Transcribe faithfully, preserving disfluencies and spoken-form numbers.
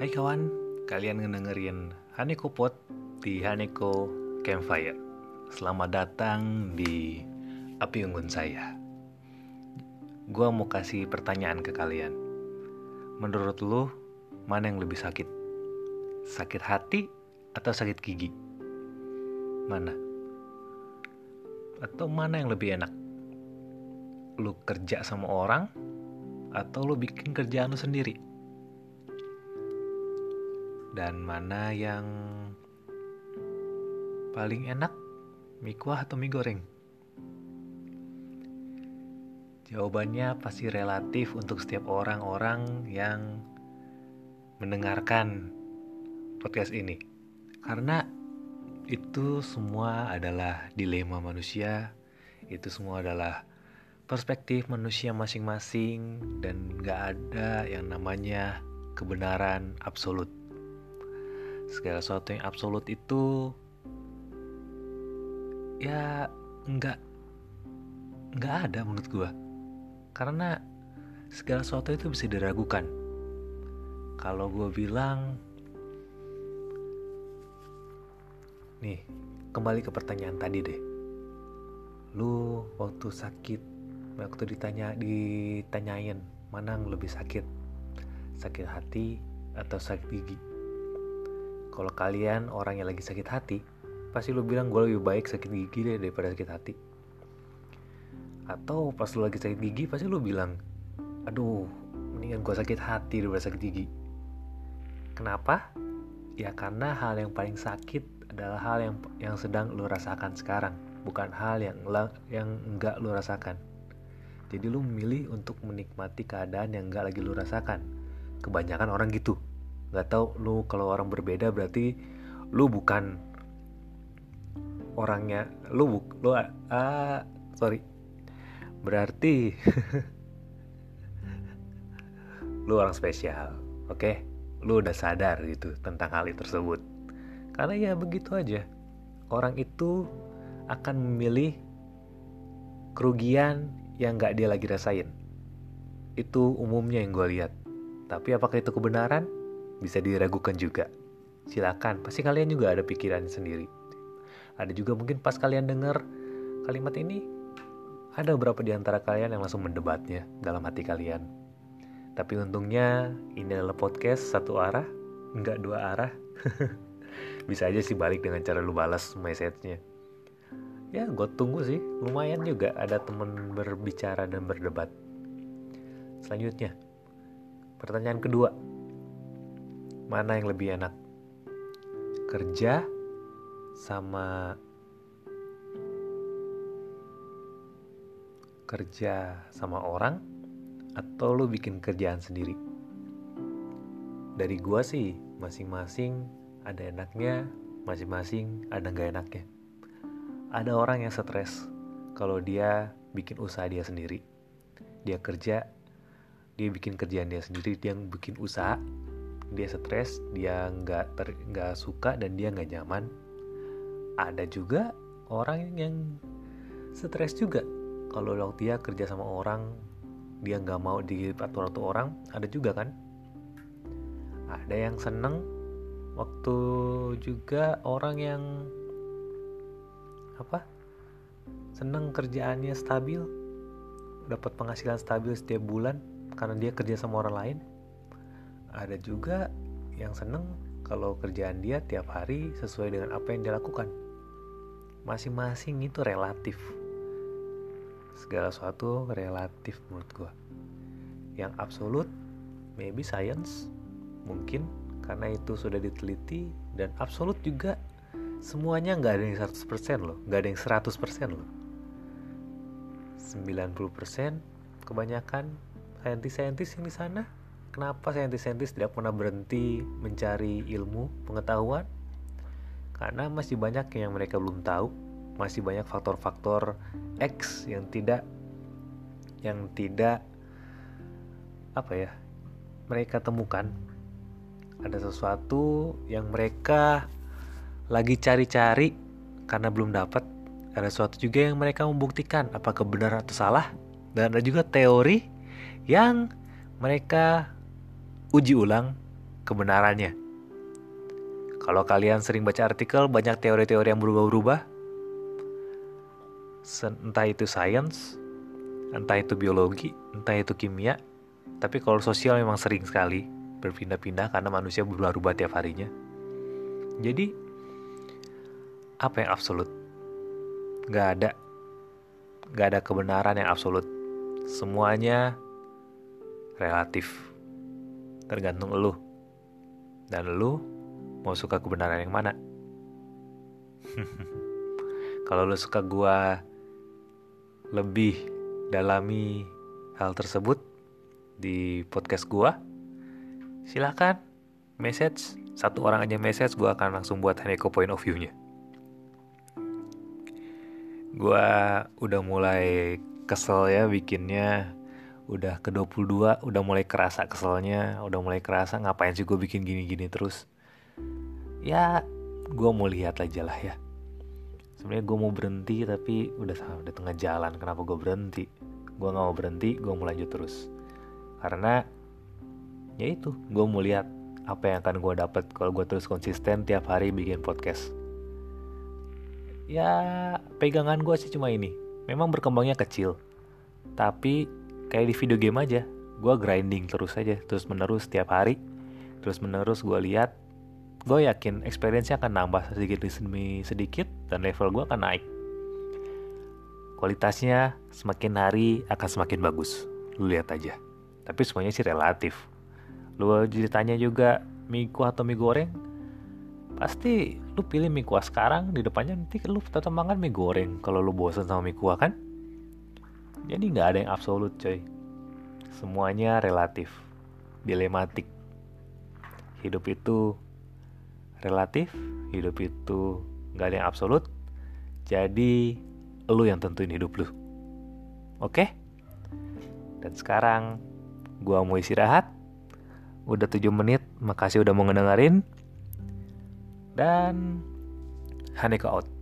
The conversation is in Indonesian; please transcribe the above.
Hai kawan, kalian ngedengerin Haneko Pod di Haneko Campfire. Selamat datang di api unggun saya. Gua mau kasih pertanyaan ke kalian. Menurut lu, mana yang lebih sakit? Sakit hati atau sakit gigi? Mana? Atau mana yang lebih enak? Lu kerja sama orang atau lu bikin kerjaan lu sendiri? Dan mana yang paling enak, mie kuah atau mie goreng? Jawabannya pasti relatif untuk setiap orang-orang yang mendengarkan podcast ini. Karena itu semua adalah dilema manusia, itu semua adalah perspektif manusia masing-masing, dan gak ada yang namanya kebenaran absolut. Segala sesuatu yang absolut itu ya nggak nggak ada menurut gue, karena segala sesuatu itu bisa diragukan. Kalau gue bilang nih, kembali ke pertanyaan tadi deh, lu waktu sakit, waktu ditanya ditanyain mana yang lebih sakit, sakit hati atau sakit gigi? Kalau kalian orang yang lagi sakit hati, pasti lu bilang gue lebih baik sakit gigi deh daripada sakit hati. Atau pas lu lagi sakit gigi, pasti lu bilang, aduh, mendingan gue sakit hati daripada sakit gigi. Kenapa? Ya karena hal yang paling sakit adalah hal yang yang sedang lu rasakan sekarang, bukan hal yang yang enggak lu rasakan. Jadi lu memilih untuk menikmati keadaan yang enggak lagi lu rasakan. Kebanyakan orang gitu. Gak tau lu, kalau orang berbeda berarti lu bukan orangnya, lu bu, lu ah sorry berarti lu orang spesial, oke? Okay? Lu udah sadar gitu tentang hal tersebut. Karena ya begitu aja, orang itu akan memilih kerugian yang gak dia lagi rasain. Itu umumnya yang gue lihat. Tapi apakah itu kebenaran? Bisa diragukan juga. Silakan, pasti kalian juga ada pikiran sendiri. Ada juga mungkin pas kalian dengar kalimat ini, ada beberapa di antara kalian yang langsung mendebatnya dalam hati kalian. Tapi untungnya ini adalah podcast satu arah, enggak dua arah. Bisa aja sih balik dengan cara lu balas message-nya. Ya gue tunggu sih, lumayan juga ada temen berbicara dan berdebat. Selanjutnya, pertanyaan kedua, mana yang lebih enak? Kerja sama kerja sama orang atau lu bikin kerjaan sendiri? Dari gua sih masing-masing ada enaknya, masing-masing ada gak enaknya. Ada orang yang stres kalau dia bikin usaha dia sendiri. Dia kerja, dia bikin kerjaan dia sendiri, dia bikin usaha. Dia stres, dia nggak ter, nggak suka dan dia nggak nyaman. Ada juga orang yang stres juga kalau dia kerja sama orang, dia nggak mau diatur-atur orang. Ada juga kan. Ada yang seneng, waktu juga orang yang apa? Seneng kerjaannya stabil, dapat penghasilan stabil setiap bulan karena dia kerja sama orang lain. Ada juga yang seneng kalau kerjaan dia tiap hari sesuai dengan apa yang dia lakukan. Masing-masing itu relatif. Segala sesuatu relatif menurut gue. Yang absolut, maybe science, mungkin karena itu sudah diteliti. Dan absolut juga semuanya gak ada yang seratus persen loh. Gak ada yang seratus persen loh. sembilan puluh persen kebanyakan saintis-saintis yang di sana. Kenapa saintis-saintis tidak pernah berhenti mencari ilmu, pengetahuan? Karena masih banyak yang mereka belum tahu, masih banyak faktor-faktor X yang tidak yang tidak apa ya, mereka temukan. Ada sesuatu yang mereka lagi cari-cari karena belum dapat. Ada sesuatu juga yang mereka membuktikan apakah benar atau salah. Dan ada juga teori yang mereka uji ulang kebenarannya. Kalau kalian sering baca artikel, banyak teori-teori yang berubah-ubah. Entah itu sains, entah itu biologi, entah itu kimia. Tapi kalau sosial memang sering sekali berpindah-pindah karena manusia berubah-ubah tiap harinya. Jadi, apa yang absolut? Gak ada. Gak ada kebenaran yang absolut. Semuanya relatif. Tergantung elu. Dan elu mau suka kebenaran yang mana? Kalau lu suka gua lebih dalami hal tersebut di podcast gua, silakan message. Satu orang aja message, gua akan langsung buat Haneko point of view-nya. Gua udah mulai kesel ya bikinnya. Udah ke dua puluh dua, udah mulai kerasa keselnya. Udah mulai kerasa ngapain sih gue bikin gini-gini terus. Ya, gue mau lihat aja lah ya. Sebenarnya gue mau berhenti, tapi udah udah tengah jalan. Kenapa gue berhenti? Gue nggak mau berhenti, gue mau lanjut terus. Karena ya itu, gue mau lihat apa yang akan gue dapat kalau gue terus konsisten tiap hari bikin podcast. Ya, pegangan gue sih cuma ini. Memang berkembangnya kecil, tapi kayak di video game aja, gue grinding terus aja, terus menerus tiap hari, terus menerus gue lihat. Gue yakin experience-nya akan nambah sedikit demi sedikit dan level gue akan naik. Kualitasnya semakin hari akan semakin bagus. Lu lihat aja. Tapi semuanya sih relatif. Lu ditanya juga mie kuah atau mie goreng, pasti lu pilih mie kuah sekarang, di depannya nanti lu tetap makan mie goreng kalau lu bosan sama mie kuah kan. Jadi gak ada yang absolut coy. Semuanya relatif, dilematik. Hidup itu relatif, hidup itu gak ada yang absolut. Jadi lu yang tentuin hidup lu. Oke? Dan sekarang gua mau istirahat. Udah tujuh menit, makasih udah mau ngedengerin. Dan Haneko out.